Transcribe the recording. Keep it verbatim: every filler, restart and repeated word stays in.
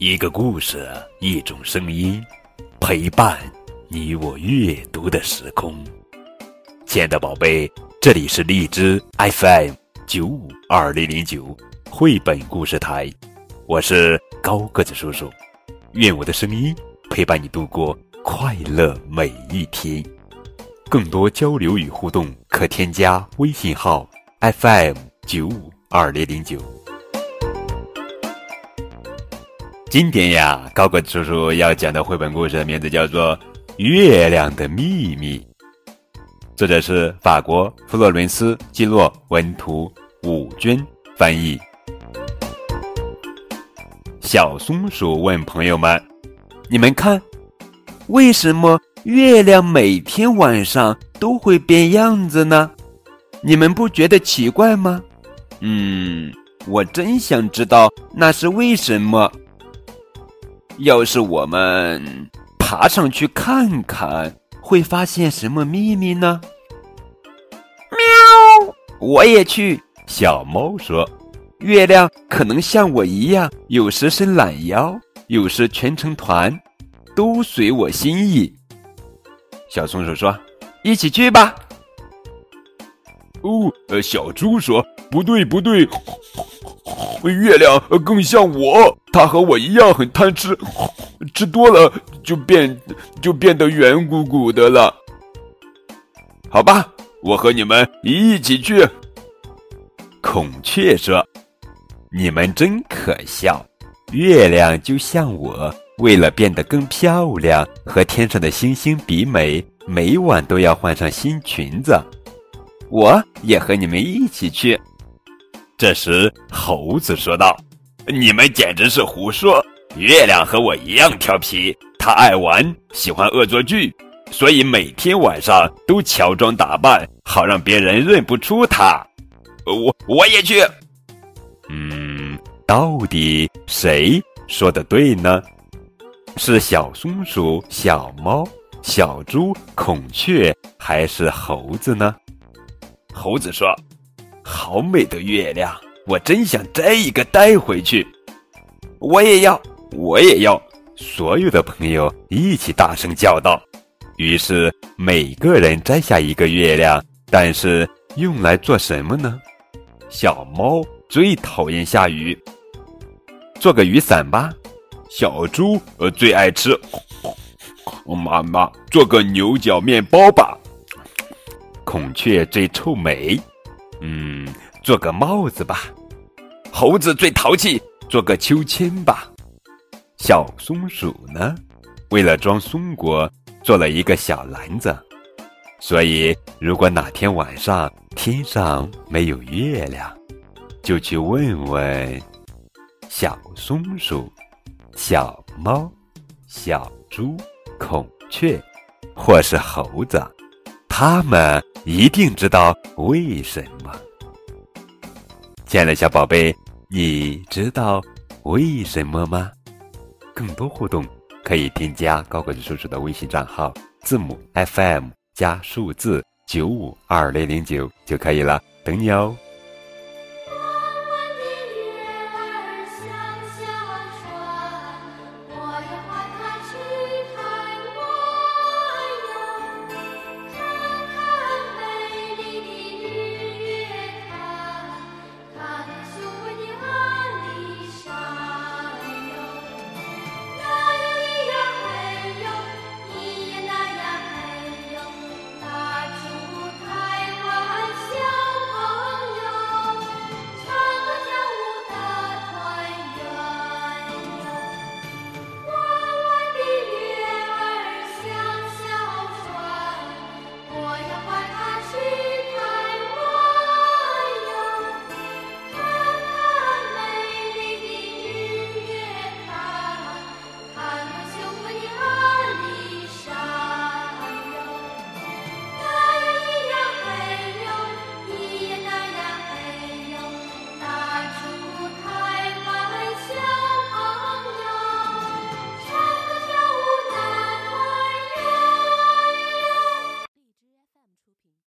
一个故事，一种声音，陪伴你我阅读的时空。亲爱的宝贝，这里是荔枝 F M 九五二零零九绘本故事台，我是高个子叔叔，愿我的声音陪伴你度过快乐每一天。更多交流与互动，可添加微信号 F M 九五二零零九。今天呀，高个子叔叔要讲的绘本故事的名字叫做《月亮的秘密》，作者是法国弗洛伦斯·基洛文图，武娟翻译。小松鼠问朋友们：你们看，为什么月亮每天晚上都会变样子呢？你们不觉得奇怪吗？嗯，我真想知道那是为什么。要是我们爬上去看看，会发现什么秘密呢？喵！我也去。小猫说，月亮可能像我一样，有时伸懒腰，有时蜷成团，都随我心意。小松鼠说，一起去吧。 哦，呃，小猪说，不对不对，月亮更像我，它和我一样很贪吃，吃多了就变就变得圆鼓鼓的了。好吧，我和你们一起去。 孔雀说，你们真可笑，月亮就像我，为了变得更漂亮，和天上的星星比美，每晚都要换上新裙子。我也和你们一起去。这时猴子说道， 你们简直是胡说，月亮和我一样调皮，它爱玩，喜欢恶作剧，所以每天晚上都乔装打扮，好让别人认不出它。我我也去。 嗯，到底谁说的对呢？是小松鼠、小猫、小猪、孔雀，还是猴子呢？ 猴子说，好美的月亮，我真想摘一个带回去。 我也要，我也要。所有的朋友一起大声叫道。于是每个人摘下一个月亮，但是用来做什么呢？小猫最讨厌下雨，做个雨伞吧。 小猪呃最爱吃，妈妈做个牛角面包吧。 孔雀最臭美，嗯，做个帽子吧。 猴子最淘气， 做个秋千吧。小松鼠呢，为了装松果，做了一个小篮子。所以如果哪天晚上天上没有月亮，就去问问小松鼠、小猫、小猪、孔雀或是猴子，他们一定知道为什么。亲爱的小宝贝，你知道为什么吗？更多互动可以添加高个子叔叔的微信账号，字母 F M 加数字九五二零零九就可以了，等你哦。